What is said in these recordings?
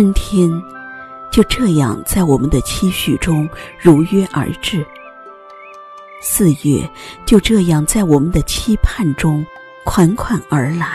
春天就这样在我们的期许中如约而至，4月就这样在我们的期盼中款款而来。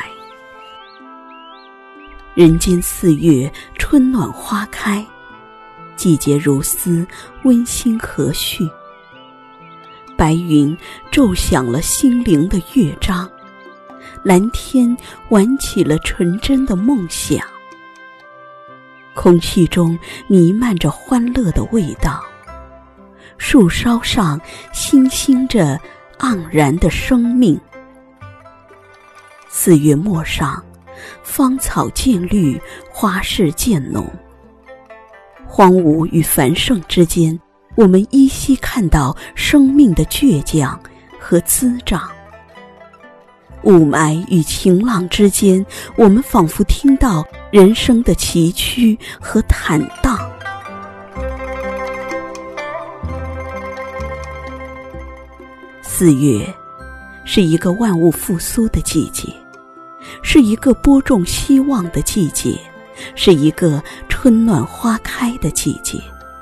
人间4月，春暖花开，季节如丝，温馨和煦。白云奏响了心灵的乐章，蓝天玩起了纯真的梦想。空气中弥漫着欢乐的味道，树梢上欣欣着盎然的生命。4月末上，芳草渐绿，花市渐浓。荒芜与繁盛之间，我们依稀看到生命的倔强和滋长。雾霾与晴朗之间，我们仿佛听到人生的崎岖和坦荡。4月是一个万物复苏的季节，是一个播种希望的季节，是一个春暖花开的季节。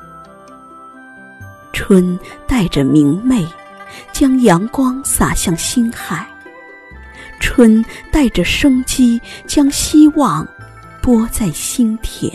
春带着明媚，将阳光洒向星海；春带着生机，将希望播在心田；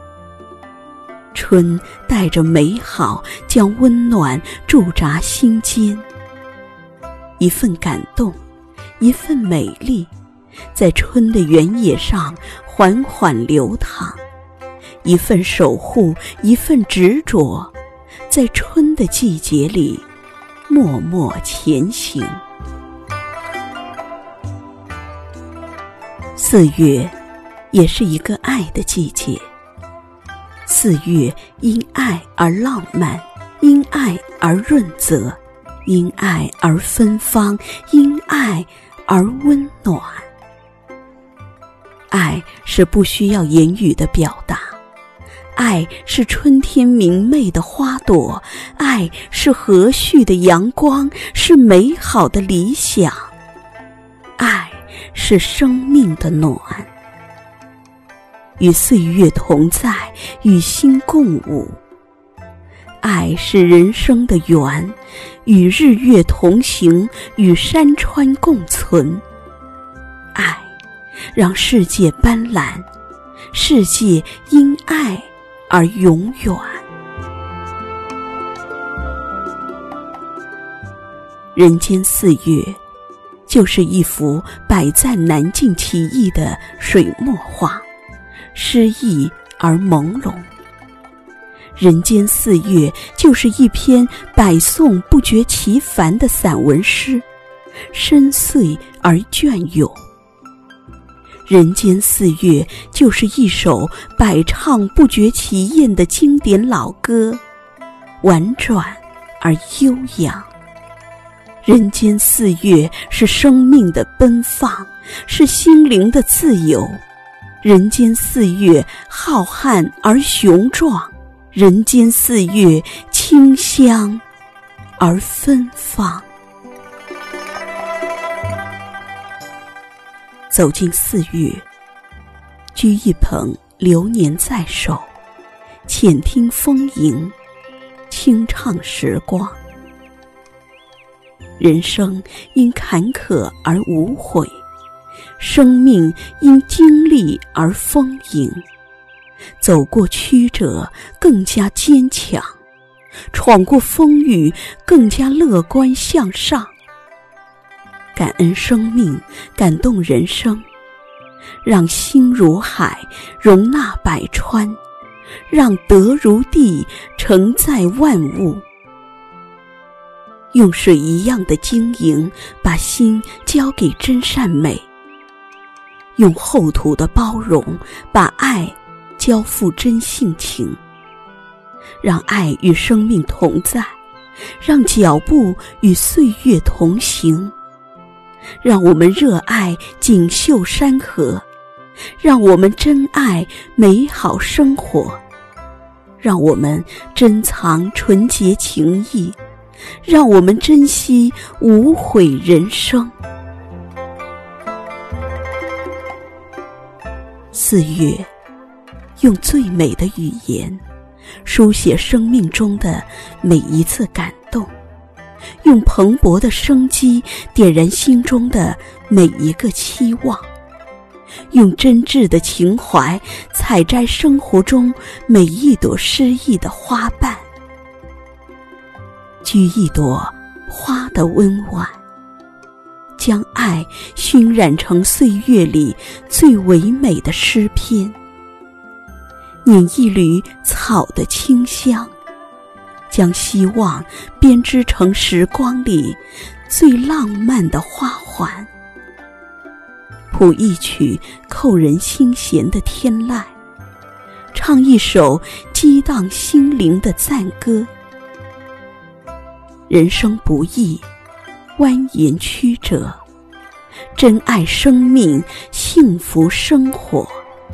春带着美好，将温暖驻扎心间。一份感动，一份美丽，在春的原野上缓缓流淌；一份守护，一份执着，在春的季节里默默前行。4月也是一个爱的季节，4月因爱而浪漫，因爱而润泽，因爱而芬芳，因爱而温暖。爱是不需要言语的表达，爱是春天明媚的花朵，爱是和煦的阳光，是美好的理想，爱是生命的暖。与岁月同在，与心共舞。爱是人生的缘，与日月同行，与山川共存。爱让世界斑斓，世界因爱而永远。人间4月，就是一幅百赞难尽其意的水墨画，诗意而朦胧。人间4月，就是一篇百颂不绝其烦的散文诗，深邃而隽永。人间4月，就是一首百唱不绝其厌的经典老歌，婉转而悠扬。人间4月，是生命的奔放，是心灵的自由。人间4月，浩瀚而雄壮。人间4月，清香而芬芳。走进4月，掬一捧流年在手，浅听风吟，轻唱时光。人生因坎坷而无悔，生命因经历而丰盈。走过曲折，更加坚强；闯过风雨，更加乐观向上。感恩生命，感动人生，让心如海，容纳百川；让德如地，承载万物。用水一样的经营，把心交给真善美；用厚土的包容，把爱交付真性情。让爱与生命同在，让脚步与岁月同行。让我们热爱锦绣山河，让我们珍爱美好生活，让我们珍藏纯洁情谊，让我们珍惜无悔人生。4月用最美的语言书写生命中的每一次感动，用蓬勃的生机点燃心中的每一个期望，用真挚的情怀采摘生活中每一朵诗意的花瓣，掬一朵花的温婉，将爱熏染成岁月里最唯美的诗篇，捻一缕草的清香，将希望编织成时光里最浪漫的花环，谱一曲扣人心弦的天籁，唱一首激荡心灵的赞歌。人生不易，蜿蜒曲折，珍爱生命，幸福生活。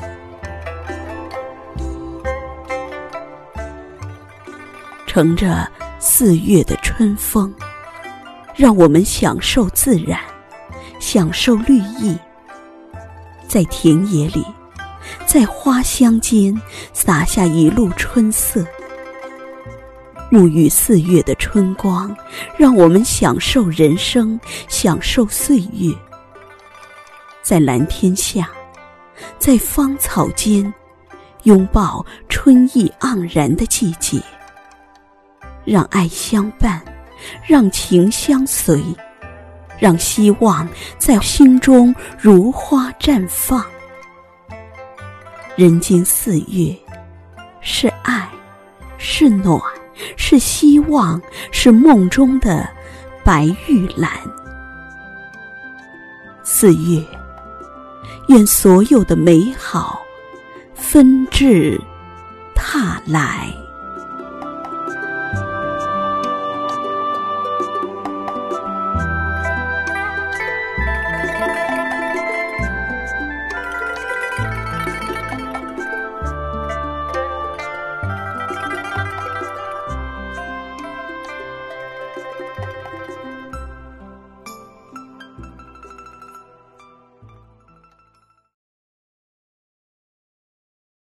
乘着4月的春风，让我们享受自然，享受绿意，在田野里，在花香间洒下一路春色。沐浴4月的春光，让我们享受人生，享受岁月。在蓝天下，在芳草间，拥抱春意盎然的季节。让爱相伴，让情相随，让希望在心中如花绽放。人间4月，是爱，是暖，是希望，是梦中的白玉兰。4月，愿所有的美好纷至沓来。